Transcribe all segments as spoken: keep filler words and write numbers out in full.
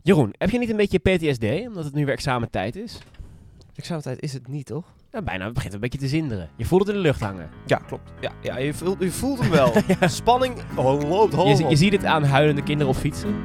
Jeroen, heb je niet een beetje P T S D, omdat het nu weer examentijd is? Examentijd is het niet, toch? Ja, bijna. Het begint een beetje te zinderen. Je voelt het in de lucht hangen. Ja, klopt. Ja, ja je, voelt, je voelt hem wel. ja. Spanning oh, loopt hoog. Je, je ziet het aan huilende kinderen op fietsen.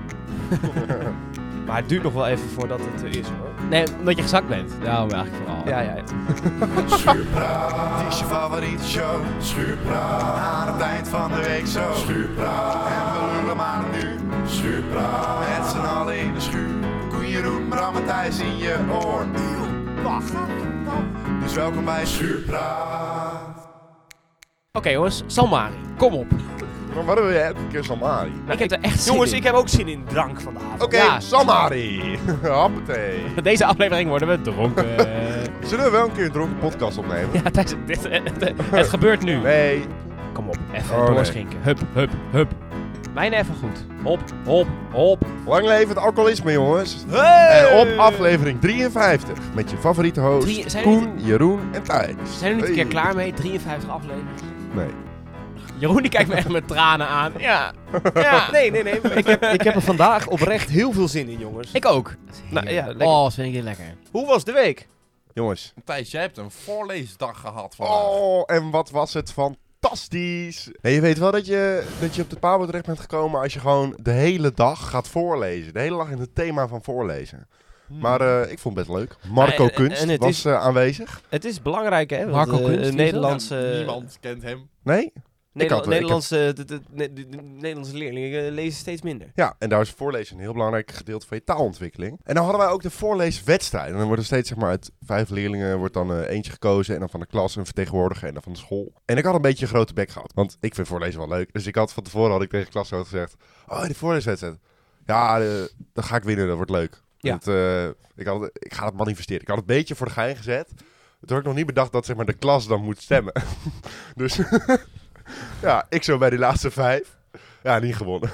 Maar het duurt nog wel even voordat het er is, hoor. Nee, omdat je gezakt bent. Daarom eigenlijk vooral. Ja, ja, ja. Schuurpraat, het is je favoriete show. Schuurpraat, aan het eind van de week zo. Schuurpraat, en we lullen maar nu. Schuurpraat, met z'n allen in de schuur. Koen, Jeroen, Bram en Thijs in je oor. Wacht, dus welkom bij Schuurpraat. Oké okay, jongens, Salmari, kom op. Maar waarom wil je elke keer Salmari? Nou, ik heb er echt zin Jongens, in. ik heb ook zin in drank van de avond. Oké, okay, Ja. Salmari. Hoppatee. Met deze aflevering worden we dronken. Zullen we wel een keer een dronken podcast opnemen? ja, Thijs, dit, het, het, het gebeurt nu. Nee. Kom op, even Oh, doorschinken. Hup, hup, hup. Mijne even goed. Hop, hop, hop. Lang leven het alcoholisme, jongens. Hey! En op aflevering drieënvijftig met je favoriete host, Drie- zijn we Koen, Jeroen en Thijs. Zijn we niet een Hey. keer klaar mee? drieënvijftig afleveringen. Nee. Jeroen die kijkt me echt met tranen aan. Ja. ja. Nee, nee, nee. Ik heb, ik heb er vandaag oprecht heel veel zin in, jongens. Ik ook. Nou, ja, lekker. Oh, dat vind ik dit lekker. Hoe was de week? Jongens. Thijs, jij hebt een voorleesdag gehad vandaag. Oh, en wat was het fantastisch. Hey, je weet wel dat je, dat je op de Pabo terecht bent gekomen als je gewoon de hele dag gaat voorlezen. De hele dag in het thema van voorlezen. Hmm. Maar uh, ik vond het best leuk. Marco en- en- Kunst en het was is- uh, aanwezig. Het is belangrijk, hè? Want, Marco uh, Kunst, wie is dat? Nederlandse... Ja, niemand kent hem. Nee? Nederla- Ik had- ik Nederlandse, de, de, de, de- de Nederlandse leerlingen uh, lezen steeds minder. Ja, en daar is voorlezen een heel belangrijk gedeelte van je taalontwikkeling. En dan hadden wij ook de voorleeswedstrijd. En dan wordt er steeds, zeg maar, uit vijf leerlingen wordt dan uh, eentje gekozen. En dan van de klas een vertegenwoordiger en dan van de school. En ik had een beetje een grote bek gehad. Want ik vind voorlezen wel leuk. Dus ik had van tevoren had ik tegen de klasgenoot gezegd. Oh, die voorleeswedstrijd. Ja, uh, dan ga ik winnen. Dat wordt leuk. Ja. Het, uh, ik, had, het- ik ga het manifesteren. Ik had het een beetje voor de gein gezet. Toen had ik nog niet bedacht dat, zeg maar, de klas dan moet stemmen. dus ja, ik zo bij die laatste vijf. Ja, niet gewonnen.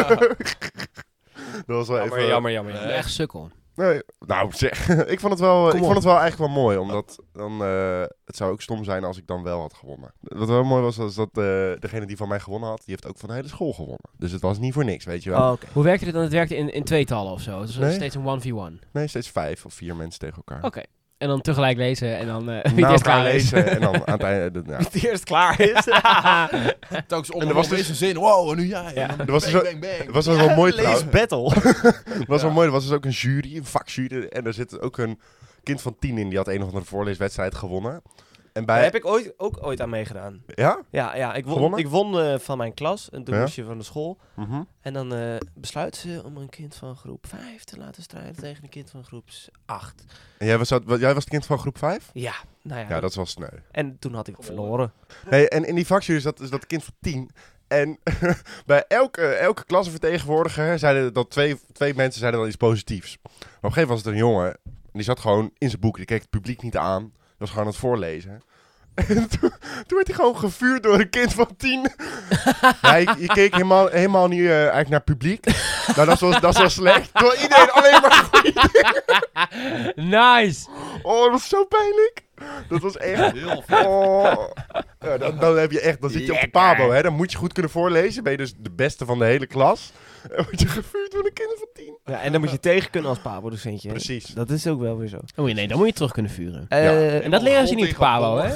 Dat was wel Jammer, even... jammer, jammer. Ik jammer. ben echt sukkel. Nee, nou zeg, ik vond het wel, ik Kom vond op. het wel eigenlijk wel mooi, omdat dan, uh, het zou ook stom zijn als ik dan wel had gewonnen. Wat wel mooi was, was dat uh, degene die van mij gewonnen had, die heeft ook van de hele school gewonnen. Dus het was niet voor niks, weet je wel. Oh, oké. Hoe werkte dit dan? Het werkte in, in tweetallen of zo? Dus het Nee. was steeds een one v one. Nee, steeds vijf of vier mensen tegen elkaar. Oké. En dan tegelijk lezen en dan uh, wie Na het eerst elkaar klaar is. lezen en dan aan het einde... de- ja. Wie het eerst klaar is. Telkens En om er was was dus- een zin. Wow, en nu jij. Ja. En dan Er was dus bang, ook- bang, bang. Het was wel mooi trouwens. Lees battle. Het was wel mooi, er was dus ook een jury, een vakjury. En er zit ook een kind van tien in, die had een of andere voorleeswedstrijd gewonnen. En bij... Daar heb ik ooit, ook ooit aan meegedaan. Ja? Ja, ja ik won, Gewonnen? ik won uh, van mijn klas. En toen Ja. moest je van de school. Mhm. En dan uh, besluit ze om een kind van groep vijf te laten strijden tegen een kind van groep acht. En jij was, dat- jij was het kind van groep vijf? Ja, nou ja. Ja, dat is wel sneu. En toen had ik verloren. Hey, en in die vakjury zat dus dat kind van tien. En bij elke, elke klassenvertegenwoordiger zeiden dat twee, twee mensen zeiden dan iets positiefs. Maar op een gegeven moment was het een jongen. En die zat gewoon in zijn boek. Die keek het publiek niet aan. Die was gewoon aan het voorlezen. En toen, toen werd hij gewoon gevuurd door een kind van tien. Ja, je, je keek helemaal, helemaal niet uh, eigenlijk naar het publiek. Nou, dat was, dat was slecht. Door iedereen alleen maar goede dingen. Nice! Oh, dat was zo pijnlijk. Dat was echt... Heel vet. Oh. Ja, dan, dan heb je echt, dan zit je op de Lekker. Pabo, hè. Dan moet je goed kunnen voorlezen. Ben je dus de beste van de hele klas. En word je gevuurd door een kinderen van tien. Ja, en dan moet je tegen kunnen als Pabo-docentje. hè. Precies. Dat is ook wel weer zo. Oh nee, dan moet je terug kunnen vuren. Eh, Ja. En dat leren ze niet op de Pabo, hè?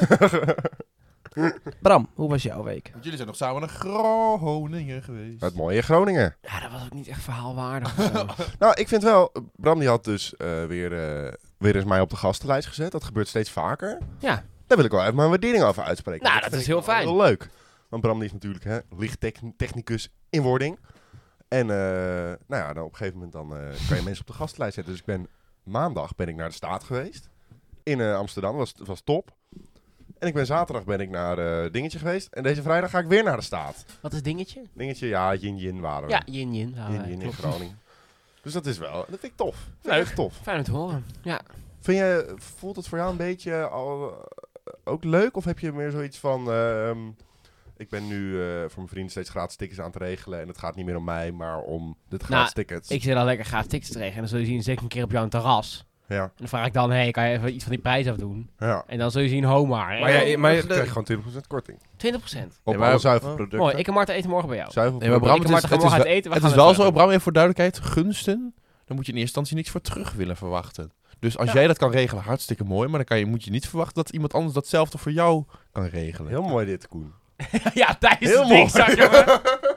Bram, hoe was jouw week? Want jullie zijn nog samen naar Groningen geweest. Het mooie Groningen. Ja, dat was ook niet echt verhaalwaardig of zo. Nou, ik vind wel... Bram die had dus uh, weer, uh, weer eens mij op de gastenlijst gezet. Dat gebeurt steeds vaker. Ja. Daar wil ik wel even mijn waardering over uitspreken. Nou, dat vind is ik heel wel fijn. Heel leuk. Want Bram die is natuurlijk hè, lichttechnicus in wording. En uh, nou ja, dan op een gegeven moment dan, uh, kan je mensen op de gastenlijst zetten. Dus ik ben maandag ben ik naar de Staat geweest. In uh, Amsterdam. Dat was, was top. En ik ben zaterdag ben ik naar uh, Dingetje geweest. En deze vrijdag ga ik weer naar de Staat. Wat is dingetje? Dingetje, ja, Yin Yin waren we. Ja, yin yin. Ja, Yin ja, Yin in klopt. Groningen. Dus dat is wel, dat vind ik tof. Vind ik Leuk. echt tof. Fijn om te horen. Ja. Vind je, voelt het voor jou een beetje al, uh, ook leuk? Of heb je meer zoiets van, uh, um, ik ben nu uh, voor mijn vrienden steeds gratis tickets aan het regelen. En het gaat niet meer om mij, maar om de gratis Nou, tickets. Ik zit al lekker graag tickets te regelen. En dan zul je zien zeker een keer op jouw terras. Ja, En dan vraag ik dan, hey, kan je even iets van die prijs afdoen? ja. En dan zul je zien, ho maar. Maar ja, maar Dan krijg je gewoon twintig procent korting. twintig procent. Op Ja, maar- alle zuivelproducten. Mooi, ik en Marta eten morgen bij jou. Nee, maar Zuivelproducten. Bram, Ik en het is, Marta gaan het is, morgen wel- uit eten. We het gaan is wel even zo, uit. Bram, even voor duidelijkheid. Gunsten dan moet je in eerste instantie niks voor terug willen verwachten. Dus als Ja. jij dat kan regelen, hartstikke mooi. Maar dan kan je, moet je niet verwachten dat iemand anders datzelfde voor jou kan regelen. Heel mooi dit, Koen. ja, Thijs Heel is mooi. dikzak, jongen.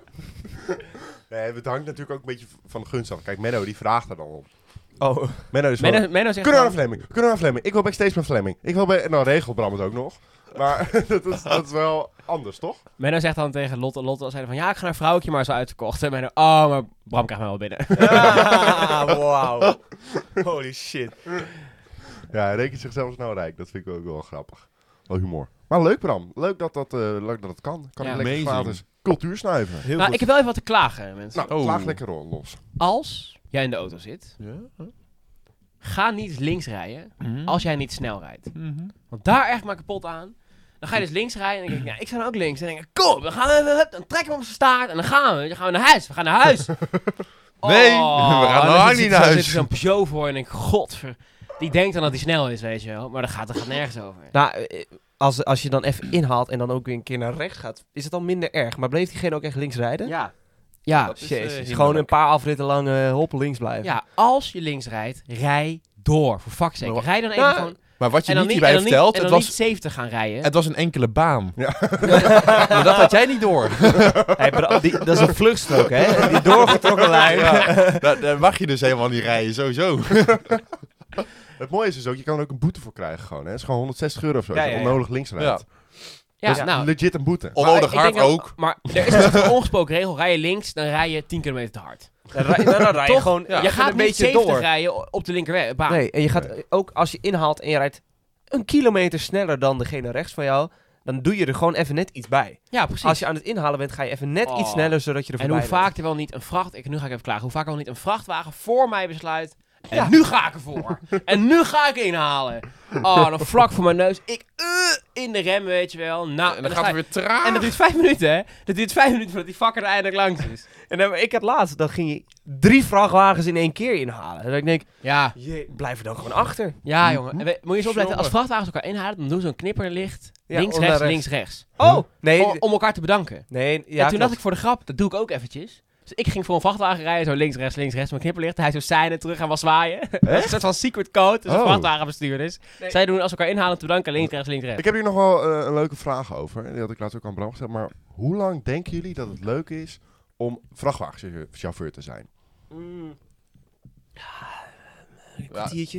Nee, het hangt natuurlijk ook een beetje van de gunst af. Kijk, Menno die vraagt er dan op. Oh, Menno is wel... Menno, Menno zegt Kunnen we naar dan- Fleming? Kunnen we naar Fleming? Ik wil backstage met Fleming. Ik wil bij... En dan regelt Bram het ook nog. Maar dat, is, dat is wel anders, toch? Menno zegt dan tegen Lotte, Lotte zei van, ja, ik ga naar Vrouwtje, maar zo uitverkocht. En Menno, oh, maar Bram krijgt mij wel binnen. ah, wauw. Holy shit. Ja, hij rekent zichzelf snel rijk. Dat vind ik ook wel grappig. Wel humor. Maar leuk, Bram. Leuk dat dat, uh, leuk dat het kan. Kan Ja. ik lekker Amazing. gratis cultuur snuiven. Heel nou, goed. ik heb wel even wat te klagen, mensen. Nou, Oh. klaag lekker rol- los. Als jij in de auto zit, Ja? ga niet links rijden Mhm. als jij niet snel rijdt. Mhm. Want daar echt maar kapot aan. Dan ga je dus links rijden en dan denk ik, ja, ik sta dan ook links. En dan denk ik, kom, dan gaan we, hup, dan trekken we op zijn staart en dan gaan we. Dan gaan we naar huis, we gaan naar huis. Nee, we gaan en nog dan lang zit- niet dan naar zit huis. er zo'n Peugeot voor en denk ik, godver. Die denkt dan dat hij snel is, weet je wel. Maar dat gaat, dat gaat nergens over. Nou, eh, als, als je dan even inhaalt en dan ook weer een keer naar rechts gaat, is het dan minder erg. Maar bleef diegene ook echt links rijden? Ja. Ja, Dat is, Jezus, eh, gewoon hinderlijk. een paar afritten lang uh, hoppen links blijven. ja, als je links rijdt, rij door. Voor fuck's sake. Maar Rij dan even Ja. gewoon... Maar wat je En dan niet niet, hierbij en dan niet, vertelt, en het dan was, niet zeventig gaan rijden. het was een enkele baan. Ja. Maar dat had jij niet door. Hey, Bra- die- dat is een vluchtstrook, hè? Die doorgetrokken lijn. Ja, daar, daar mag je dus helemaal niet rijden, sowieso. Het mooie is dus ook, je kan er ook een boete voor krijgen gewoon. Hè. Het is gewoon honderdzestig euro of zo. Ja, als je ja, ja. onnodig links rijdt. ja, Dat is nou... legit een boete. Onnodig ik hard denk dat- ook. Maar er is dus een ongesproken regel. Rij je links, dan rij je tien kilometer te hard. Dan rij, dan, dan rij je Toch? gewoon Ja. je even gaat een niet beetje zeventig door. rijden op de linkerbaan. Nee, en je gaat eh, ook als je inhaalt en je rijdt een kilometer sneller dan degene rechts van jou, dan doe je er gewoon even net iets bij. Ja, precies. Als je aan het inhalen bent, ga je even net Oh. iets sneller, zodat je er En voorbij hoe vaak er wel niet een vracht... Ik, nu ga ik even klagen. Hoe vaak er wel niet een vrachtwagen voor mij besluit... En Ja. nu ga ik ervoor. En nu ga ik inhalen. Oh, dan vlak voor mijn neus. Ik uh, in de rem, weet je wel. Nou, En dan ga gaat je- het weer traag. En dat duurt vijf minuten, hè? Dat duurt vijf minuten voordat die fucker er eindelijk langs is. En dan, ik had laatst, dan ging je drie vrachtwagens in één keer inhalen. En dan denk ik, Ja, je, blijf er dan gewoon achter. ja jongen. En we- moet je eens opletten, als Jongen. vrachtwagens elkaar inhalen, dan doen ze een knipperlicht. Ja, links, om rechts, naar links, rechts. Oh, nee. Om, om elkaar te bedanken. nee, ja, en toen dacht klopt. ik voor de grap, dat doe ik ook eventjes. Dus ik ging voor een vrachtwagen rijden, zo links, rechts, links, rechts, met knipperlicht. Hij zou seinen, terug gaan was zwaaien. Een soort van secret code tussen Oh. vrachtwagenbestuurders. Nee. Zij doen als ze elkaar inhalen te bedanken, links, rechts, links, rechts. Ik heb hier nog wel eh, een leuke vraag over. Die had ik laatst ook aan Bram gezegd. Maar hoe lang denken jullie dat het leuk is om vrachtwagenchauffeur te zijn? Mm. Een kwartiertje.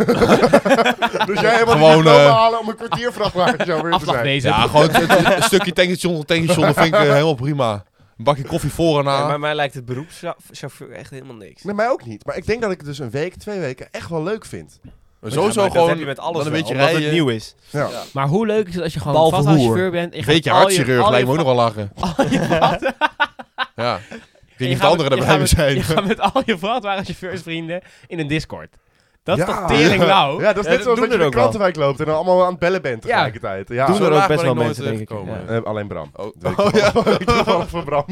Dus jij helemaal Gewoon, niet eh, halen om een kwartier vrachtwagenchauffeur te Afslag zijn? deze. Ja, gewoon het- het- een stukje tankstation, tankstation, dat vind ik eh, helemaal prima. Een bakje koffie voor en na. Ja, maar mij lijkt het beroepschauffeur echt helemaal niks. Nee, mij ook niet. Maar ik denk dat ik het dus een week, twee weken echt wel leuk vind. Maar sowieso Ja, maar gewoon dat heb je met alles dan een wel, beetje omdat rijden. het nieuw is. Ja. Ja. Maar hoe leuk is het als je gewoon Behalve vrachtwagenchauffeur bent. en je Een gaat beetje al je- hartchirurg al je lijkt me ook nog wel lachen. al je vracht- Ja. Ik en weet je niet of gaat de anderen met- erbij je me gaat met- zijn. Je gaat met al je vrachtwagenchauffeursvrienden in een Discord. Dat is Ja. toch tering lauw? Ja, dat is Ja, net dat zoals doen dat je er in ook de wel. krantenwijk loopt en dan allemaal aan het bellen bent tegelijkertijd. Ja, Doen Zo er laag ook best ben wel ik nooit mensen, denk ik. gekomen. Ja. Eh, alleen Bram. Oh, Dat weet oh ik ja. wel. Ik doe toevallig voor Bram.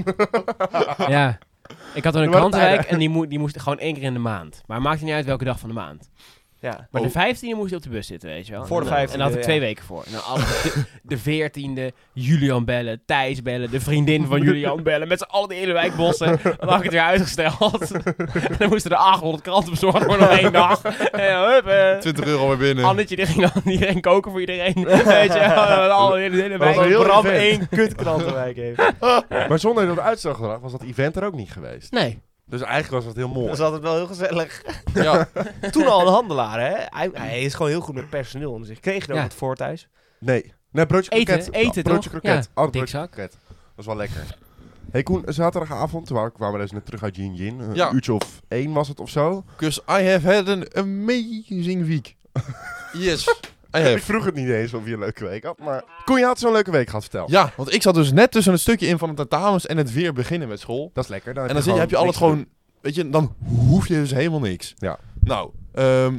Ja. Ik had dan een Er waren krantenwijk tijden. en die, moe- die moest gewoon één keer in de maand. Maar het maakte niet uit welke dag van de maand. Ja. Maar Oh. de vijftiende moest je op de bus zitten, weet je wel. Voor de En dan- En vijftiende, daar had ik twee ja. weken voor. En dan alle, de, de veertiende, Julian bellen, Thijs bellen, de vriendin van Julian bellen. Met z'n allen de hele wijk bossen. Dan had ik het weer uitgesteld. En dan moesten er achthonderd kranten bezorgd worden op één dag. En dan, hup, eh, twintig euro weer binnen. Annetje, die ging dan die ging koken voor iedereen. Weet je wel. Alle hele, hele Dat was wijk. een heel Bram event. één kutkrantenwijk heeft. Maar zonder dat uitstelgedrag was dat event er ook niet geweest. Nee. Dus eigenlijk was dat heel mooi. Dat is altijd wel heel gezellig. Ja. Toen al een handelaar, hè? Hij, hij is gewoon heel goed met personeel om zich. Kreeg je er ook Ja. wat voor thuis? Nee. Nee, broodje Eten, kroket. eten broodje toch? kroket. Ja, Oh, broodje dikzak. kroket. Dat was wel lekker. Hey Koen, zaterdagavond, toen kwamen we dus net terug uit Yin Yin. Een Ja. uurtje of één was het of zo. Because I have had an amazing week. Yes, I Ik have. vroeg het niet eens of je een leuke week had, maar... Koen, je had zo'n leuke week gehad, vertel. Ja, want ik zat dus net tussen een stukje in van de tentamens en het weer beginnen met school. Dat is lekker. Dan En dan zit je, heb je altijd niks te gewoon, weet je, dan hoef je dus helemaal niks. Ja. Nou, ehm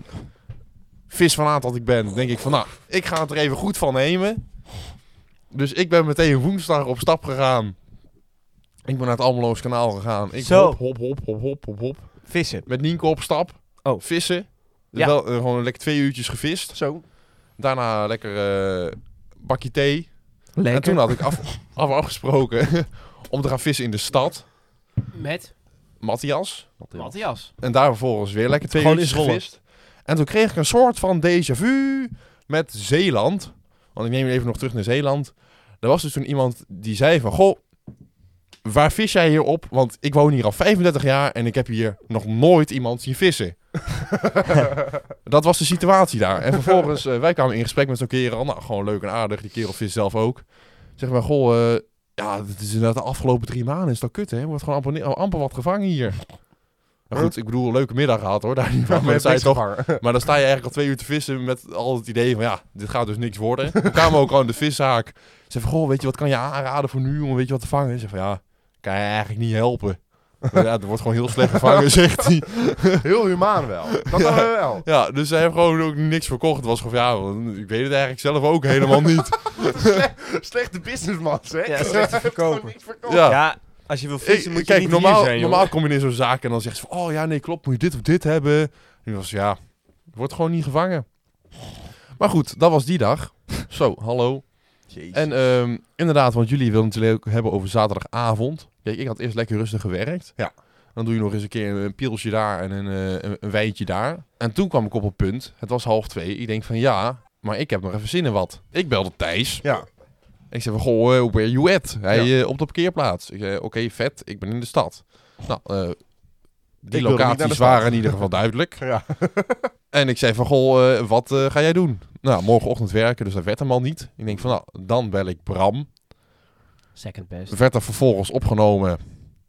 vis van dat ik ben, denk ik van, nou, ik ga het er even goed van nemen. Dus ik ben meteen woensdag op stap gegaan. Ik ben naar het Almeloos kanaal gegaan. Ik Zo. hop, hop, hop, hop, hop, hop, hop. Vissen. Met Nienke op stap. Oh. Vissen. Dus Ja. wel eh, gewoon lekker twee uurtjes gevist. doen. Zo. Daarna lekker eh bakje thee. Lekker. En toen had ik af, af afgesproken om te gaan vissen in de stad. Met? Matthias. Matthias. En daar vervolgens weer lekker twee Gewoon uurtjes in Zwolle. gevist. En toen kreeg ik een soort van déjà vu met Zeeland. Want ik neem je even nog terug naar Zeeland. Er was dus toen iemand die zei van... Goh, waar vis jij hier op? Want ik woon hier al vijfendertig jaar en ik heb hier nog nooit iemand zien vissen. Dat was de situatie daar. En vervolgens, uh, wij kwamen in gesprek met zo'n kerel. Nou, gewoon leuk en aardig. Die kerel vis zelf ook. Zeg maar, goh, uh, ja, het is inderdaad de afgelopen drie maanden is dat kut, hè? Er wordt gewoon amper, amper wat gevangen hier. Maar goed, ik bedoel, een leuke middag gehad hoor. Daar niet Ja, maar, zei toch, gevangen. maar dan sta je eigenlijk al twee uur te vissen met al het idee van ja, dit gaat dus niks worden. We kwamen ook al in de viszaak. Ze van, goh, weet je wat kan je aanraden voor nu om weet je wat te vangen? Ze van, ja, kan je eigenlijk niet helpen. Maar ja, er wordt gewoon heel slecht gevangen, zegt hij. Heel humaan wel. Dat hadden we wel. Ja, dus hij heeft gewoon ook niks verkocht. Het was gewoon van, ja, ik weet het eigenlijk zelf ook helemaal niet. Slecht, slechte businessman, zeg. Ja, slecht te verkopen. Gewoon niks verkocht. Ja. Ja, als je wil vissen Ik- moet je kijk, niet normaal, hier zijn, normaal jongen. kom je in zo'n zaak en dan zegt ze van, oh ja, nee, klopt, moet je dit of dit hebben. En die was, ja, wordt gewoon niet gevangen. Maar goed, dat was die dag. Zo, hallo. Jezus. En ehm, inderdaad, want jullie wilden het natuurlijk ook hebben over zaterdagavond. Kijk, ik had eerst lekker rustig gewerkt. Ja. Dan doe je nog eens een keer een pilsje daar en een, uh, een, een wijntje daar. En toen kwam ik op het punt, het was half twee. Ik denk van ja, maar ik heb nog even zin in wat. Ik belde Thijs. Ja. Ik zei van, goh, uh, where you at? Hij Ja. uh, op de parkeerplaats. Ik zei, oké, okay, vet, ik ben in de stad. Nou, uh, die wilde niet naar de locaties stad. waren in ieder geval duidelijk. Ja. En ik zei van, goh, uh, wat uh, ga jij doen? Nou, morgenochtend werken, dus dat werd hem al niet. Ik denk van, nou, dan bel ik Bram. Second best. Werd er vervolgens opgenomen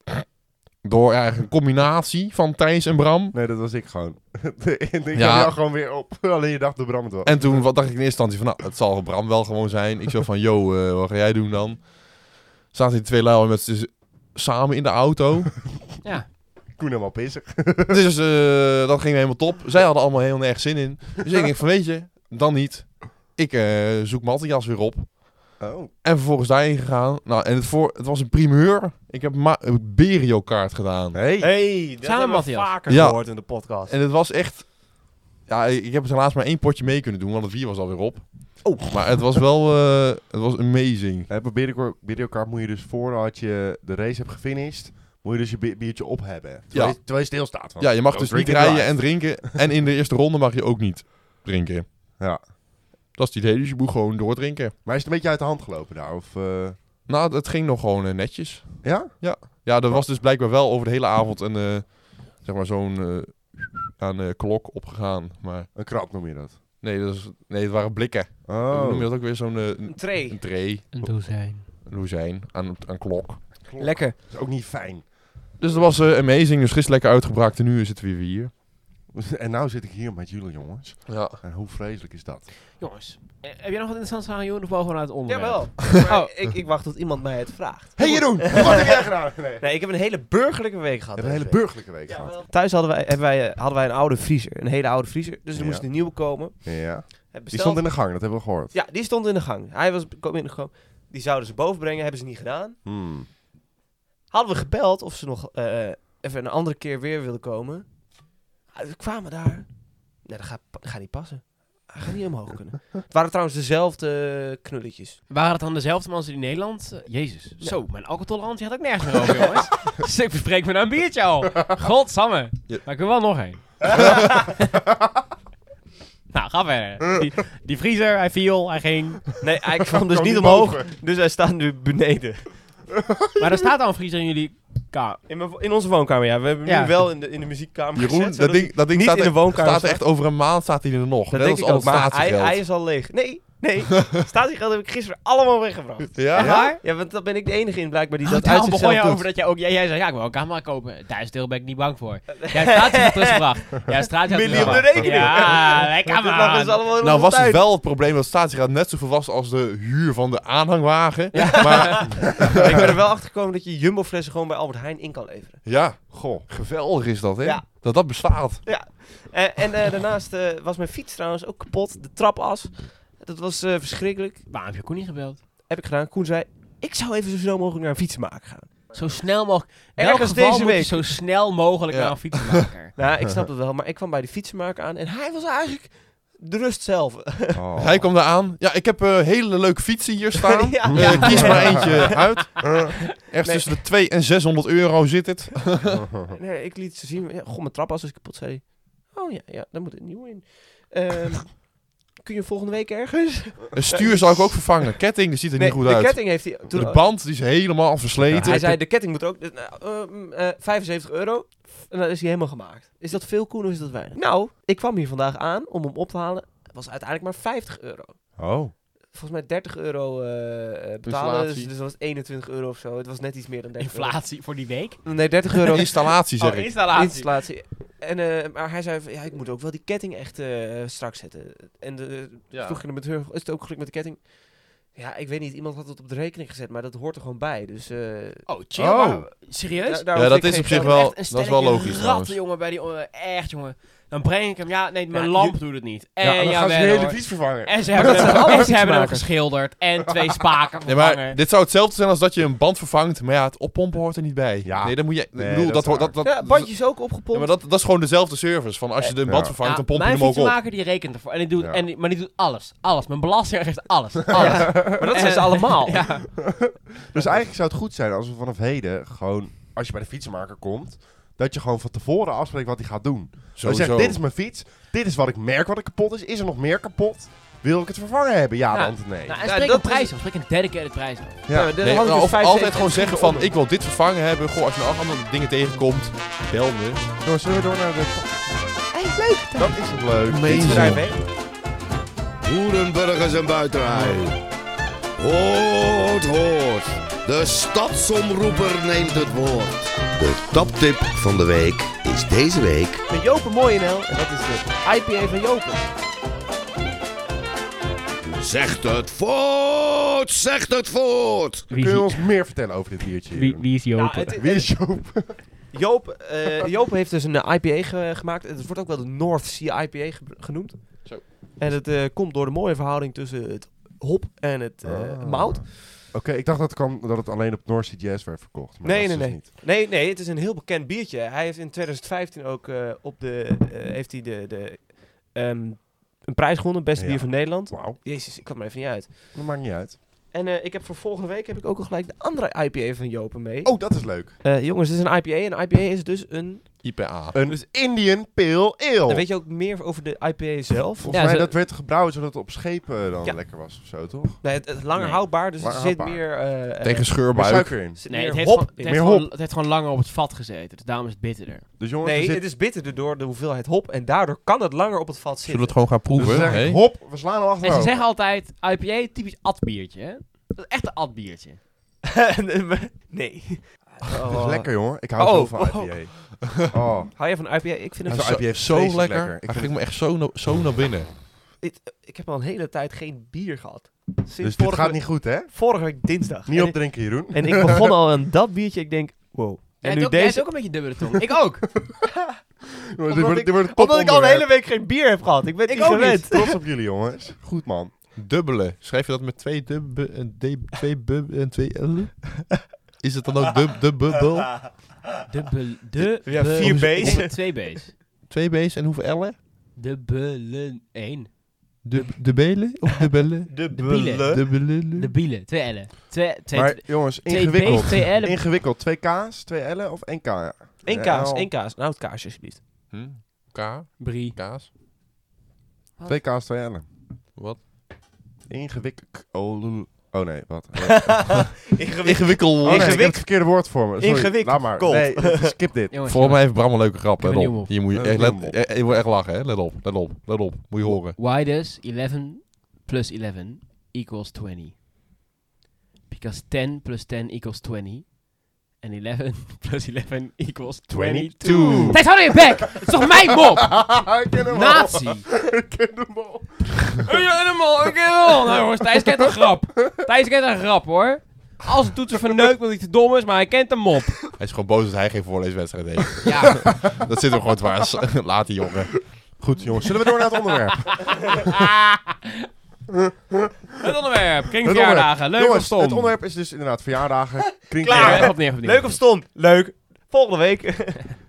door eigenlijk een combinatie van Thijs en Bram. Nee, dat was ik gewoon. ik Ja. ja. jou gewoon weer op. Alleen je dacht de Bram het was. En toen wat dacht ik in eerste instantie van, nou, het zal Bram wel gewoon zijn. Ik zo van, yo, uh, wat ga jij doen dan? Zaten die twee lui met z'n samen in de auto. Ja. Koen helemaal pissig. Dus uh, dat ging helemaal top. Zij hadden allemaal heel erg zin in. Dus ik denk van, weet je, dan niet. Ik uh, zoek Matthias weer op. Oh. En vervolgens daarheen gegaan. Nou, en het, voor, het was een primeur. Ik heb ma- een Berio-kaart gedaan. Hey. Hey, dat Samen, hebben we Matthias. vaker Ja. gehoord in de podcast. En het was echt... Ja, ik ik heb het helaas maar één potje mee kunnen doen, want het bier was alweer op. Oh. Maar het was wel... uh, het was amazing. Bij Video- Videocard moet je dus voordat je de race hebt gefinished, moet je dus je bi- biertje op hebben. Terwijl, Ja. je, terwijl je stilstaat. Want Ja, je mag oh, dus drink niet and rijden drive. en drinken. En in de eerste ronde mag je ook niet drinken. Ja. Dat is het idee, dus je moet gewoon doordrinken. Maar is het een beetje uit de hand gelopen daar? Of, uh... Nou, het ging nog gewoon uh, netjes. Ja? Ja, er was dus blijkbaar wel over de hele avond een... Uh, zeg maar zo'n... Uh, aan uh, klok opgegaan. Maar Een krab noem je dat. nee, dat is, nee, het waren blikken. Hoe Oh. noem je dat ook weer? Zo'n uh, Een tray. een tray, Een dozijn. een dozijn aan, aan klok. Lekker. Dat is ook niet fijn. Dus dat was uh, amazing. Dus gisteren lekker uitgebraakt en nu is het weer hier. En nou zit ik hier met jullie jongens. Ja. En hoe vreselijk is dat? Jongens, eh, heb jij nog wat interessants aan, Joen? Of mogen we naar het onderwerp? Jawel. Maar Oh. ik, ik wacht tot iemand mij het vraagt. Hey Jeroen, wat heb jij gedaan? Nee. Nee, ik heb een hele burgerlijke week gehad. Je hebt een deze hele week. burgerlijke week Ja, gehad. wel. Thuis hadden wij, hebben wij, eh, hadden wij een oude vriezer. Een hele oude vriezer. Dus er Ja. moest een nieuwe komen. Ja. Heb Die besteld. stond in de gang, dat hebben we gehoord. Ja, die stond in de gang. Hij was kwam in de gang. Die zouden ze boven brengen. Hebben ze niet gedaan. Hmm. Hadden we gebeld of ze nog eh, even een andere keer weer wilden komen. Ah, we kwamen daar. Nee, dat gaat, dat gaat niet passen. Hij gaat niet omhoog kunnen. Het waren trouwens dezelfde knulletjes. Waren het dan dezelfde mensen in Nederland? Uh, Jezus. Zo, mijn alcoholtolerantie had ik nergens meer over, jongens. Dus ik bespreek me nou een biertje al. Godsamme. Ja. Maar ik wil wel nog één. Nou, ga verder. Die, die vriezer, hij viel, hij ging. Nee, hij kwam dus Kwam niet niet omhoog. boven. Dus hij staat nu beneden. Maar er staat al een vriezer in jullie kamer. In, mijn, in onze woonkamer, ja. We hebben hem Ja. nu wel in de, in de muziekkamer Jeroen, gezet. dat zodat ding, dat ding niet staat, in de echt, woonkamer staat staat. echt over een maand staat hij er nog. Dat Net denk als ik al ook, het maar hij, statiegeld. hij is al leeg. Nee, nee. Statiegeld heb ik gisteren allemaal weggebracht. Ja? Echt waar? Ja, want dan ben ik de enige in blijkbaar die Oh, dat uit daarom begon zichzelf je doet. over dat jij ook... Jij, jij zei, ja, ik wil een camera kopen. Thuis deel ben ik niet bang voor. Jij straat zich teruggebracht. Ja, straat zich Miljoen op de teruggebracht. rekening. Ja, lekker Want dit lag dus man. allemaal in Nou onze was het tuin. wel het probleem dat statiegeld net zoveel was als de huur van de aanhangwagen. Maar Ik ben er wel achter gekomen dat je Jumbo-flessen gewoon bij Albert Heijn in kan leveren. ja, goh, geweldig is dat, hè? Ja. Dat dat bestaat. En, en eh, daarnaast eh, was mijn fiets trouwens ook kapot. De trapas. Dat was eh, verschrikkelijk. Waarom heb je Koen niet gebeld? Heb ik gedaan. Koen zei, ik zou even zo snel mogelijk naar een fietsenmaker gaan. Zo snel mogelijk. In Ergens elk geval deze moet je week. zo snel mogelijk Ja. naar een fietsenmaker. Nou, ik snap het wel. Maar ik kwam bij de fietsenmaker aan en hij was eigenlijk de rust zelf. Oh. Hij kwam daar aan. Ja, ik heb uh, hele leuke fietsen hier staan. Ja. Uh, Ja. Kies maar eentje uit. Uh, Ergens Nee. tussen de tweehonderd en zeshonderd euro zit het. Nee, ik liet ze zien. Ja, goh, mijn trappas is kapot, zei hij. Oh ja, ja, daar moet een nieuw in. Ehm, kun je volgende week ergens? Een stuur zou ik ook vervangen. Ketting, die ziet er Nee, niet goed de uit. ketting heeft hij... Toen, De band, die is helemaal versleten. hij zei, de ketting moet er ook... nou, ehm, eh, vijfenzeventig euro. En dan is hij helemaal gemaakt. Is dat veel, Koen, of is dat weinig? Nou, ik kwam hier vandaag aan om hem op te halen. Het was uiteindelijk maar vijftig euro. oh. Volgens mij dertig euro eh, betalen, dus, Installatie. dus dat was eenentwintig euro of zo. Het was net iets meer dan dertig euro. Inflatie voor die week. Nee, dertig euro Installatie, zeg Oh, ik. installatie. installatie. En, eh, maar hij zei, van, ja, ik moet ook wel die ketting echt eh, strak zetten. En de, Ja. vroeg je hem met haar, is het ook gelukt met de ketting? Ja, ik weet niet, iemand had het op de rekening gezet, maar dat hoort er gewoon bij. Dus, eh, Oh, chill. Oh. maar- serieus? daar- daar Ja, hoef dat ik is geen op zich geld- wel- Echt een dat is wel stelletje logisch ratten, trouwens. jongen, bij die... eh, echt, jongen. Dan breng ik hem... Ja, nee, mijn Ja, lamp je- doet het niet. Ja, En en dan ja, gaan ze de wel, hele hoor. fiets vervangen. En ze Maar hebben, dat hem, zijn alle en ze hebben hem fietsmakers. geschilderd. En twee spaken Nee, vervangen. maar dit zou hetzelfde zijn als dat je een band vervangt. Maar ja, het oppompen hoort er niet bij. Ja. Nee, dan moet je... Nee, ik bedoel, dat dat, is hoort... waar. Dat, dat, ja, bandjes ook opgepompt. Ja, maar dat, dat is gewoon dezelfde service. Van als je de Ja. band vervangt, Ja, dan pomp je mijn hem ook op. fietsenmaker die rekent ervoor. En die doet, Ja. en die, maar die doet alles. Alles. Mijn belasting geeft alles. alles. maar dat zijn ze En- allemaal. Ja. Dus eigenlijk zou het goed zijn als we vanaf heden gewoon, als je bij de fietsenmaker komt, dat je gewoon van tevoren afspreekt wat hij gaat doen. Dan Sowieso. zegt, dit is mijn fiets, dit is wat ik merk wat er kapot is. Is er nog meer kapot? Wil ik het vervangen hebben? Ja, Ja. dan nee. Nou, en Ja, spreek dat een prijs is- af. Spreek een dedicated prijs af. Ja. Ja, dat Nee, had ik nou, dus of vijfenzeventig altijd gewoon zeggen van, onder. ik wil dit vervangen hebben. Goh, als je nou ook andere dingen tegenkomt, bel me. Door, zullen we door naar de... Hey, leuk. Dat is het leuk. Amazing. Boerenburgers en buitenrij. Hoort, hoort. De stadsomroeper neemt het woord. De toptip van de week is deze week... Met Jopen Mooi N L. En dat is de I P A van Jopen. Zegt het voort, zegt het voort. Kun je ons meer vertellen over dit biertje? Wie, wie is Joop? Ja, het- Wie is Joop? Joop, eh, Joop heeft dus een eh, I P A ge- gemaakt. Het wordt ook wel de North Sea I P A ge- genoemd. Zo. En het eh, komt door de mooie verhouding tussen het hop en het eh, Ah. mout. Oké, ik dacht dat het, kwam, dat het alleen op North Sea Jazz werd verkocht. Maar Nee, dat is nee, dus nee. niet. Nee, nee, het is een heel bekend biertje. Hij heeft in twintig vijftien ook eh, op de, eh, heeft hij de, de, ehm, een prijs gewonnen, beste Ja. bier van Nederland. Wauw, Jezus, ik kwam er even niet uit. dat maakt niet uit. En eh, ik heb voor volgende week heb ik ook al gelijk de andere I P A van Jopen mee. Oh, dat is leuk. Eh, jongens, dit is een I P A. En I P A is dus een... I P A. Een Indian Pale Ale. Dan weet je ook meer over de I P A zelf. Volgens Ja, mij zo- dat werd gebrouwen zodat het op schepen dan Ja. lekker was of zo, toch? Nee, het, het is langer Nee. houdbaar, dus Langer er zit houdbaar. meer... eh, eh, Tegen Meer scheurbuik. suiker in. zit Nee, meer het heeft, hop gewoon, het, in. heeft Meer gewoon, hop. het heeft gewoon langer op het vat gezeten. Dus daarom is het bitterder. Dus jongens, Nee, er zit... het is bitterder door de hoeveelheid hop. En daardoor kan het langer op het vat Zullen we zitten. het gewoon gaan dus proeven? ze zeggen, hè? hop, we slaan hem En achterover. ze zeggen altijd, I P A, typisch atbiertje, hè? Dat is echt een atbiertje. nee. Dat is lekker, jongen. Ik hou Oh, zo van oh. I P A. Oh, Hou je van I P A? Ik vind hem Nou, zo... I P A is Zo vreselijk lekker. lekker. Ik Hij vind ging me echt zo, na- zo naar binnen. Ik, ik heb al een hele tijd geen bier gehad. Sinds Dus dit vorige, gaat niet goed, hè? vorige week dinsdag. Niet en, opdrinken, Jeroen. en ik begon al aan dat biertje. Ik denk, wow. Jij En hebt nu ook, jij hebt deze... ook een beetje dubbele tong. Ik ook. Dit wordt, dit wordt een Omdat ik al een hele toponderwerp. week geen bier heb gehad. Ik ben Ik niet ook gewend. niet. Trots op jullie, jongens. Goed, man. Dubbele. Schrijf je dat met twee dubbe, een d, twee bub en twee l? Is het dan ook dub, dubbel? Dubbel, de, Ja, be- vier B's. Nee, twee B's. Twee b's en hoeveel l'en? Dubbelen, één. De, de belen of de bellen? De bielen. De bellen. De bielen, twee L'en. Twee, twee, Maar jongens, twee ingewikkeld. B's, twee L'en. Ingewikkeld. Twee K's, twee L'en of één K? Ja. Eén kaas, Ja, één kaas. Nou, het kaasje alsjeblieft. Hm? K? Brie. Kaas? Twee K's, twee L'en. Wat? Ingewikkeld. Oh, lul- oh nee, wat? Ingewikkeld. Oh nee, ik heb Ingewikkeld. het verkeerde woord voor me. Sorry. Ingewikkeld. Laat maar. Nee, skip dit. Jongens, Voor mij heeft Bram een leuke grap. Ik heb Let een op. nieuwe. Hier moet je Een echt, nieuwe. let, eh, je moet echt lachen, hè? Let op, let op, let op, let op. Moet je horen. why does eleven plus eleven equals twenty? Because ten plus ten equals twenty. And eleven plus eleven equals twenty-two. Tijd, hou je bek! Het is toch mijn mop? Ik ken hem al. Nazi! Ik ken hem al. Ik ken hem al, ik ken hem al. Nou jongens, Thijs kent een grap. Thijs kent een grap hoor. Als een toetser verneukt omdat hij te dom is, maar hij kent een mop. Hij is gewoon boos dat hij geen voorleeswedstrijd heeft. Ja. Dat zit hem gewoon dwars. Laat die jongen. Goed, jongens. Zullen we door naar het onderwerp? Het onderwerp, Het kringverjaardagen, leuk of Jongens, stom? het onderwerp is dus inderdaad verjaardagen. Klaar. Kringverjaardagen. Ja, opnieuw, opnieuw. Leuk of stom? Leuk. Volgende week.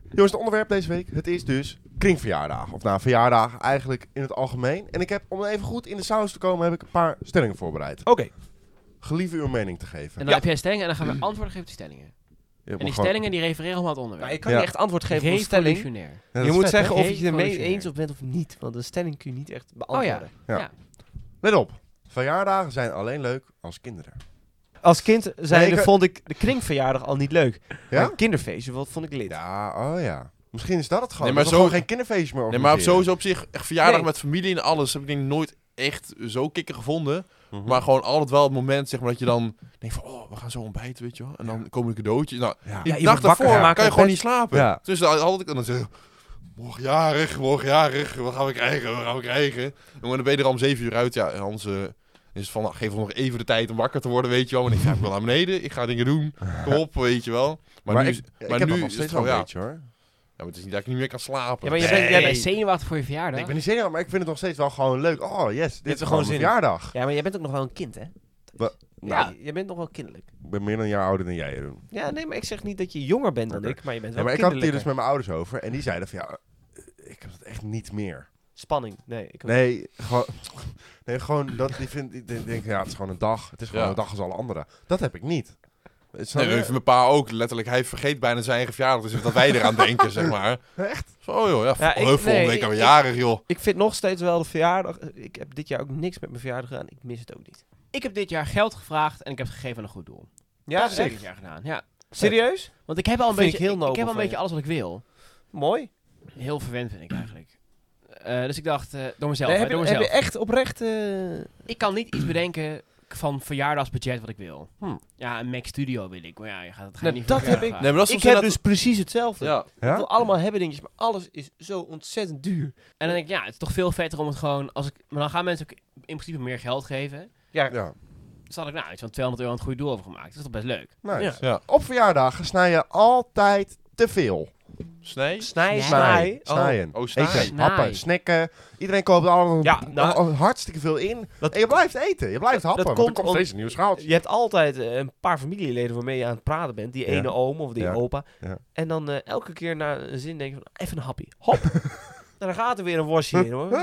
Jongens, het onderwerp deze week, het is dus kringverjaardag. Of nou, verjaardag eigenlijk in het algemeen. En ik heb, om even goed in de saus te komen, heb ik een paar stellingen voorbereid. Oké. Gelieve uw mening te geven. En dan heb jij stellingen en dan gaan we antwoorden geven op die stellingen. Je En die moet gewoon- stellingen die refereren om aan het onderwerp. Maar je kan Ja. niet echt antwoord geven op een stelling. Revolutionair. Ja, dat Je is moet vet, zeggen hè? of je het ermee Revolutionair. eens of bent of niet. Want een stelling kun je niet echt Oh beantwoorden. ja. Ja. ja. Let op. Verjaardagen zijn alleen leuk als kinderen. Als kind zei, Nee, ik- vond ik de kringverjaardag al niet leuk. Ja? Maar een kinderfeestje wat vond ik lid. Ja, oh ja. Misschien is dat het gewoon. Nee, maar dat we zo- gewoon geen kinderfeestje meer Nee, maar op organiseren. sowieso op zich, echt verjaardag Nee. met familie en alles, heb ik denk ik nooit echt zo kikker gevonden. Mhm. Maar gewoon altijd wel het moment, zeg maar, dat je dan denkt van, oh, we gaan zo ontbijten, weet je wel. En dan komen de cadeautjes. Nou, Ja. die Ja, je dag wordt wakker daarvoor gemaakt kan je uit gewoon bed. niet slapen. Ja. Dus dan had ik, en dan zeg ik, morgenjarig, morgenjarig, wat gaan we krijgen, wat gaan we krijgen? En dan ben je er om zeven uur uit, ja, en anders eh, is het van, nou, geef ons nog even de tijd om wakker te worden, weet je wel. Want ik ga wel naar beneden, ik ga dingen doen, kom op, weet je wel. Maar, Maar, nu, ik, is- ik maar heb nu dat nog is steeds het wel gewoon, een ja, beetje hoor. ja, maar het is niet dat ik niet meer kan slapen. Ja, maar je Jij bent, bent, jij jij bent, bent zenuwachtig voor je verjaardag. Nee, ik ben niet zenuwachtig, maar ik vind het nog steeds wel gewoon leuk. Oh yes, dit er is gewoon gewoon zin mijn in. verjaardag. ja, maar jij bent ook nog wel een kind, hè? Wa- Ja. Nou, Je bent nog wel kinderlijk. ik ben meer dan een jaar ouder dan jij, Jeroen. Ja, nee, maar ik zeg niet dat je jonger bent dan Oké. ik, maar je bent Ja, wel maar ik had het hier kinderlijker. dus met mijn ouders over. En die zeiden van, ja, eh, ik heb het echt niet meer. Spanning. Nee, ik ook. Nee, gewoon, nee, gewoon dat die vindt, ik denk, denk, ja, het is gewoon een dag. Het is gewoon Ja. een dag als alle anderen. Dat heb ik niet. Snap Nee, je? even mijn pa ook. Letterlijk, hij vergeet bijna zijn eigen verjaardag. Dus dat wij eraan denken, zeg maar. Echt? Zo, oh joh, ja, Ja, ik- oh, volgende nee, week gaan we ik- jarig, joh. Ik vind nog steeds wel de verjaardag... Ik heb dit jaar ook niks met mijn verjaardag gedaan. Ik mis het ook niet. Ik heb dit jaar geld gevraagd en ik heb het gegeven aan een goed doel. Ja, dat heb ik zeker. dit jaar gedaan. Ja. Serieus? Want ik heb al een Vind ik beetje, heel ik, nobel ik heb al een van beetje je. alles wat ik wil. Mooi. Heel verwend vind ik eigenlijk. Eh, dus ik dacht, eh, door mezelf. Nee, hè, heb, je, door heb mezelf. je echt oprecht... eh, Ik kan niet iets bedenken van verjaardagsbudget wat ik wil. Hm. Ja, een Mac Studio wil ik. Maar ja, je gaat het Nou, niet dat voor heb verjaardag ik- Nee, maar dat is ik soms heb inderdaad- dus precies hetzelfde. Ja. Ik Ja? wil allemaal hebben dingetjes, maar alles is zo ontzettend duur. En dan denk ik, ja, het is toch veel vetter om het gewoon... Als ik, maar dan gaan mensen ook in principe meer geld geven. Ja, Ja, Dus had ik nou iets van tweehonderd euro aan het goede doel over gemaakt. Dat is toch best leuk. nice. Ja. Ja. Op verjaardagen snij je altijd te veel. Snij? snij, Snij. snij. Oh, Snijden. Oh, snij. Eten, Snij. happen, snacken. Iedereen koopt allemaal Ja, nou- al- hartstikke veel in. Dat- en je blijft eten. Je blijft happen. dat want komt er komt om- steeds een nieuw schaaltje. Je hebt altijd eh, een paar familieleden waarmee je aan het praten bent. Die Ja. ene oom of die Ja. opa. Ja. En dan eh, elke keer na een zin denk je van, even een happie. Hop. En dan gaat er weer een worstje in, hoor.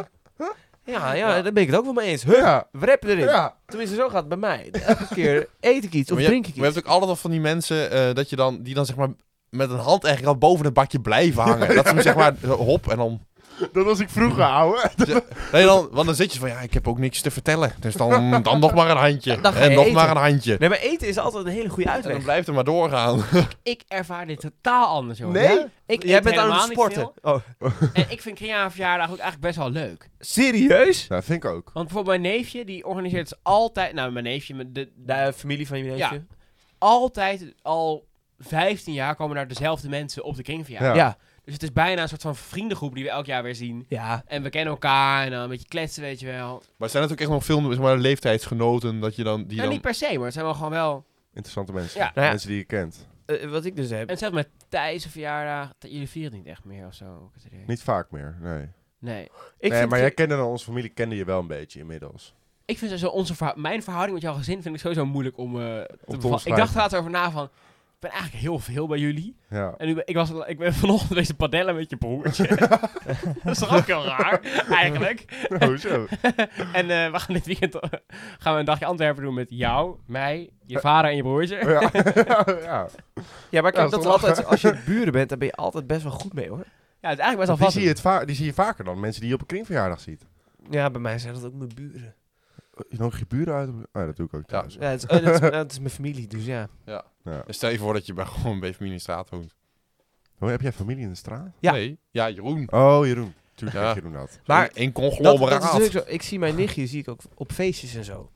Ja, ja, daar ben ik het ook wel mee eens. Hup, Ja. wrap erin. Ja. Tenminste, zo gaat het bij mij. Elke keer eet ik iets of Maar je, drink ik maar je iets. hebt ook altijd wel van die mensen eh, dat je dan, die dan zeg maar met een hand eigenlijk al boven het bakje blijven hangen. Dat ze hem zeg maar zo hop en dan... Dat was ik vroeger, ouwe. Nee, dan, want dan zit je van, ja, ik heb ook niks te vertellen. Dus dan, dan nog maar een handje. Dan ga En je nog eten. maar een handje. Nee, maar eten is altijd een hele goede En dan uitweg. blijft het maar doorgaan. Ik ervaar dit totaal anders, joh. Nee? Ja? Ik Jij eet bent aan helemaal het niet sporten. veel. Oh, En ik vind kring aan verjaardag ook eigenlijk best wel leuk. serieus? Ja, vind ik ook. Want bijvoorbeeld mijn neefje, die organiseert dus altijd... Nou, mijn neefje, met de, De familie van je neefje? Ja. altijd al vijftien jaar komen daar dezelfde mensen op de kringverjaardag. Ja. Ja. Dus het is bijna een soort van vriendengroep die we elk jaar weer zien. Ja. En we kennen elkaar en dan een beetje kletsen, weet je wel. Maar zijn het ook echt nog veel zeg maar, leeftijdsgenoten dat je dan... Die Nou, dan... niet per se, maar het zijn wel gewoon wel... Interessante mensen. Ja. Nou ja. Mensen die je kent. Eh, wat ik dus heb. En zelfs met Thijs' verjaardag, jullie vieren het niet echt meer of zo. ook het idee. Niet vaak meer, nee. Nee. Ik nee, vind maar jij kende dan, onze familie kende je wel een beetje inmiddels. Ik vind zo onze verhou- mijn verhouding met jouw gezin vind ik sowieso moeilijk om, eh, te bevatten. Ik omschrijven. dacht laatst over na van, ik ben eigenlijk heel veel bij jullie. Ja. En nu ben, ik, was, ik ben vanochtend wezen padellen met je broertje. Dat is toch ook heel raar, eigenlijk. Oh, zo. En eh, we gaan dit weekend eh, gaan we een dagje Antwerpen doen met jou, mij, je vader en je broertje. Ja. ja. Ja, maar kijk, Ja, dat dat is is altijd, lachen. als je buren bent, dan ben je altijd best wel goed mee, hoor. Ja, het is eigenlijk best wel Die, zie je vast. het va- die zie je vaker dan mensen die je op een kringverjaardag ziet. Ja, bij mij zijn dat ook mijn buren. Je nodigt je buren uit? op- Oh, dat doe ik ook thuis. Ja, het is, oh, dat, is, dat is mijn familie, dus ja. Ja. En stel je voor dat je bij gewoon bij familie in de straat woont. Oh, heb jij familie in de straat? Ja. Nee, ja, Jeroen. Oh, Jeroen. Tuurlijk Ja. heb Jeroen dat. Maar Eén Dat, dat conglomeraat. is natuurlijk zo. Ik zie mijn nichtje zie ik ook op feestjes en zo.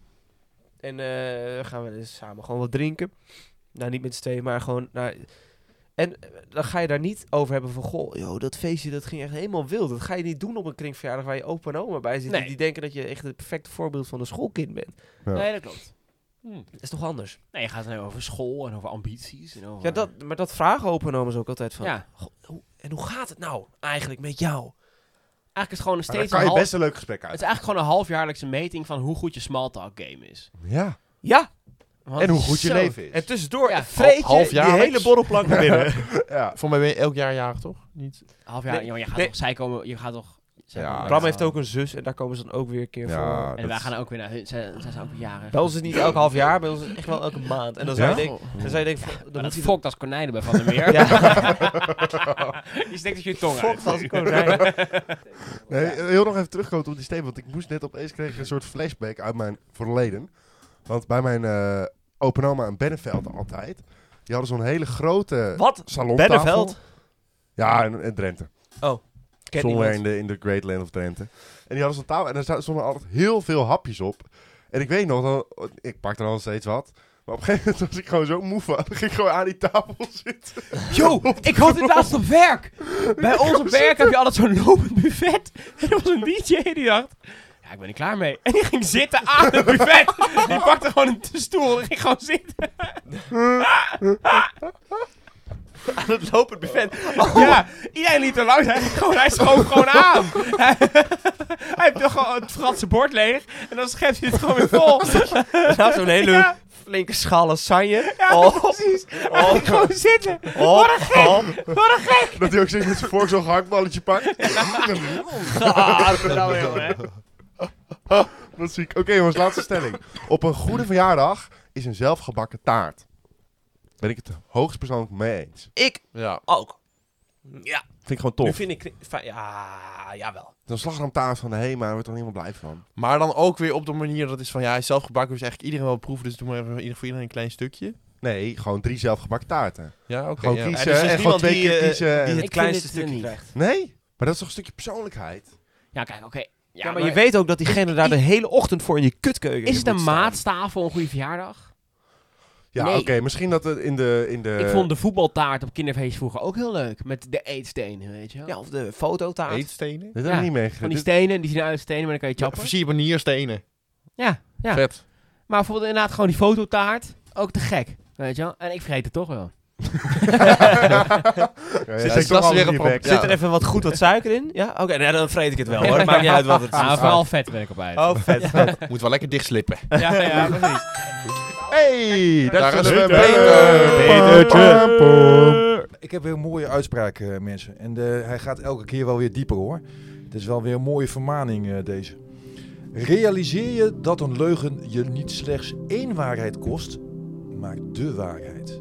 En eh, dan gaan we dus samen gewoon wat drinken. Nou, niet met z'n tweeën, maar gewoon... Nou, en eh, dan ga je daar niet over hebben van... Goh, joh, dat feestje dat ging echt helemaal wild. Dat ga je niet doen op een kringverjaardag waar je opa en oma bij zitten. Nee. Die denken dat je echt het perfecte voorbeeld van een schoolkind bent. Ja. Nee, dat klopt. Dat is toch anders? Nee, je gaat dan over school en over ambities. En over... Ja, dat, maar dat vragen opa en oma's ook altijd van... Ja. "Goh, hoe- en hoe gaat het nou eigenlijk met jou? Eigenlijk is het gewoon een Maar daar steeds kan een je half... best een leuk gesprek Het uit. is eigenlijk gewoon een halfjaarlijkse meting van hoe goed je small talk game is. Ja. Ja, Want Want En hoe goed je zo- leven is. En tussendoor Ja, vreet je half die jaarlijks. hele borrelplank naar binnen. Ja. Voor mij ben je elk jaar jarig, toch? Niet? Half jaar, Nee, jongen, je gaat nee. toch, zij komen, je gaat toch... zij Ja, komen- Bram heeft ook een zus en daar komen ze dan ook weer een keer Ja, voor. En dat wij is- gaan ook weer naar hun, zij, zij zijn ook jaren. Bij ons is het niet elk half jaar, bij ons is het echt wel elke maand. En dan zou je Ja? denken, dan zou je denken van, dan Maar moet dat hij fokt als konijnen bij Van der Meer. Ja. Je steekt dus je tong uit. fokt als een konijn. Nee, heel nog even terugkomen op die steen, want ik moest net opeens kreeg ik een soort flashback uit mijn verleden. Want bij mijn eh open oma in Benneveld altijd, die hadden zo'n hele grote Wat? salontafel. Benneveld? Ja, in, in Drenthe. Kent Somewhere niemand. in de, in de Great Land of Drenthe. En die hadden zo'n tafel en daar sta- stonden altijd heel veel hapjes op. En ik weet nog, dan, ik pakte dan steeds wat. Maar op een gegeven moment was ik gewoon zo moe van. Dan ging ik gewoon aan die tafel zitten. Yo, ik had dit laatst op werk. Bij ons op werk heb je altijd zo'n lopend buffet. En er was een D J die dacht... Ja, ik ben er klaar mee. En die ging zitten aan het buffet. Die pakte gewoon een stoel en ging gewoon zitten. Aan het lopend buffet. Ja, iedereen liet er langs. Hij, ging gewoon, hij schoof gewoon aan. Hij, hij heeft toch gewoon het Franse bord leeg. En dan schept hij het gewoon weer vol. Nou, zo'n hele Ja. flinke schaal lasagne. Ja, oh, precies. oh, Hij ging gewoon zitten. oh, Wat een gek. oh. Wat een gek. Dat hij ook steeds met zijn vork zo'n gehaktballetje pakt. Ah, dat is wel heel, hè. Wat ziek. Oké jongens, laatste stelling. Op een goede verjaardag is een zelfgebakken taart. Ben ik het hoogst persoonlijk mee eens. Ik Ja. ook. Ja, Vind ik gewoon nu tof. vind ik... fa- Ja, jawel. Zo'n slagroomtaart van de Hema, daar wordt er helemaal blij van. Maar dan ook weer op de manier dat is van, ja, hij is zelf gebakken, dus eigenlijk iedereen wel proeven, dus doe maar even in ieder geval iedereen een klein stukje. Nee, gewoon drie zelfgebakken taarten. Ja, oké. Gewoon ja. kiezen. Ja, dus er is en gewoon niemand twee die, keer eh, kiezen. die en- het Ik kleinste vind het stukje niet. krijgt. Nee? Maar dat is toch een stukje persoonlijkheid? Ja, kijk, oké. Ja, Ja, maar je weet ook dat diegene daar de hele ochtend voor in je kutkeuken Is het moet een staan. maatstaf voor een goede verjaardag? Ja, Nee. oké. Misschien dat het in de... In de Ik vond de voetbaltaart op kinderfeest vroeger ook heel leuk. Met de eetstenen, weet je wel. Ja, of de fototaart. Eetstenen? Dit Ja, heb ik niet Van meegegeven. die Dit- stenen, die zien uit als stenen, maar dan kan je chappen. Versierbaar nierstenen. Ja, ja. Vet. Maar bijvoorbeeld inderdaad gewoon die fototaart. Ook te gek, weet je wel. En ik vergeet het toch wel. Ja, Zit- steekt dat toch is alles weer in een je pro- bek. Ja. Zit er even wat goed wat suiker in? Ja? Oké, nou, dan vreet ik het wel hoor. Het maakt niet uit wat het is. Ah, vooral vet ben ik op uit. Oh, vet, vet. Moet wel lekker dicht slippen. Ja, ja, precies. Hey, daar, Daar is zullen we Peter. Petertje. Ik heb weer een mooie uitspraak, eh, mensen. En de, hij gaat elke keer wel weer dieper, hoor. Het is wel weer een mooie vermaning, eh, deze. Realiseer je dat een leugen je niet slechts één waarheid kost, maar de waarheid.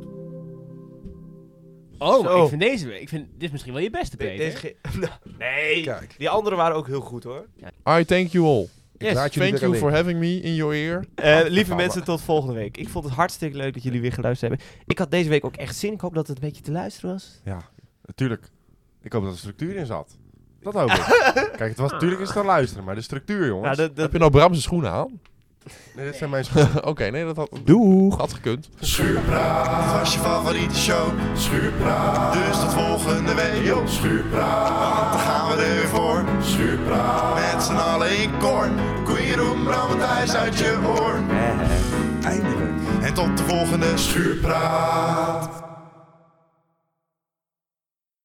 Oh, maar Zo. ik vind deze weer. Ik vind dit misschien wel je beste, De- Peter. deze ge- Nou, nee, Kijk. die anderen waren ook heel goed hoor. I thank you all. Ik laat jullie Thank weer you for alleen. having me in your ear. Eh, lieve mensen, tot volgende week. Ik vond het hartstikke leuk dat jullie weer geluisterd hebben. Ik had deze week ook echt zin. Ik hoop dat het een beetje te luisteren was. Ja, natuurlijk. Ik hoop dat er structuur in zat. Dat hoop ik. Kijk, het was natuurlijk eens te luisteren, maar de structuur, jongens. Nou, dat, dat... Heb je nou Bram's schoenen aan? Nee, dit zijn mijn schoenen. Oké, nee, dat had, Doeg! had gekund. Schuurpraat, dit was je favoriete show. Schuurpraat, dus tot volgende week. Yo, Schuurpraat, want dan gaan we er weer voor. Schuurpraat, met z'n allen in koor. Koeien roem, Bram en Thijs uit je oor. Eindelijk. En tot de volgende Schuurpraat.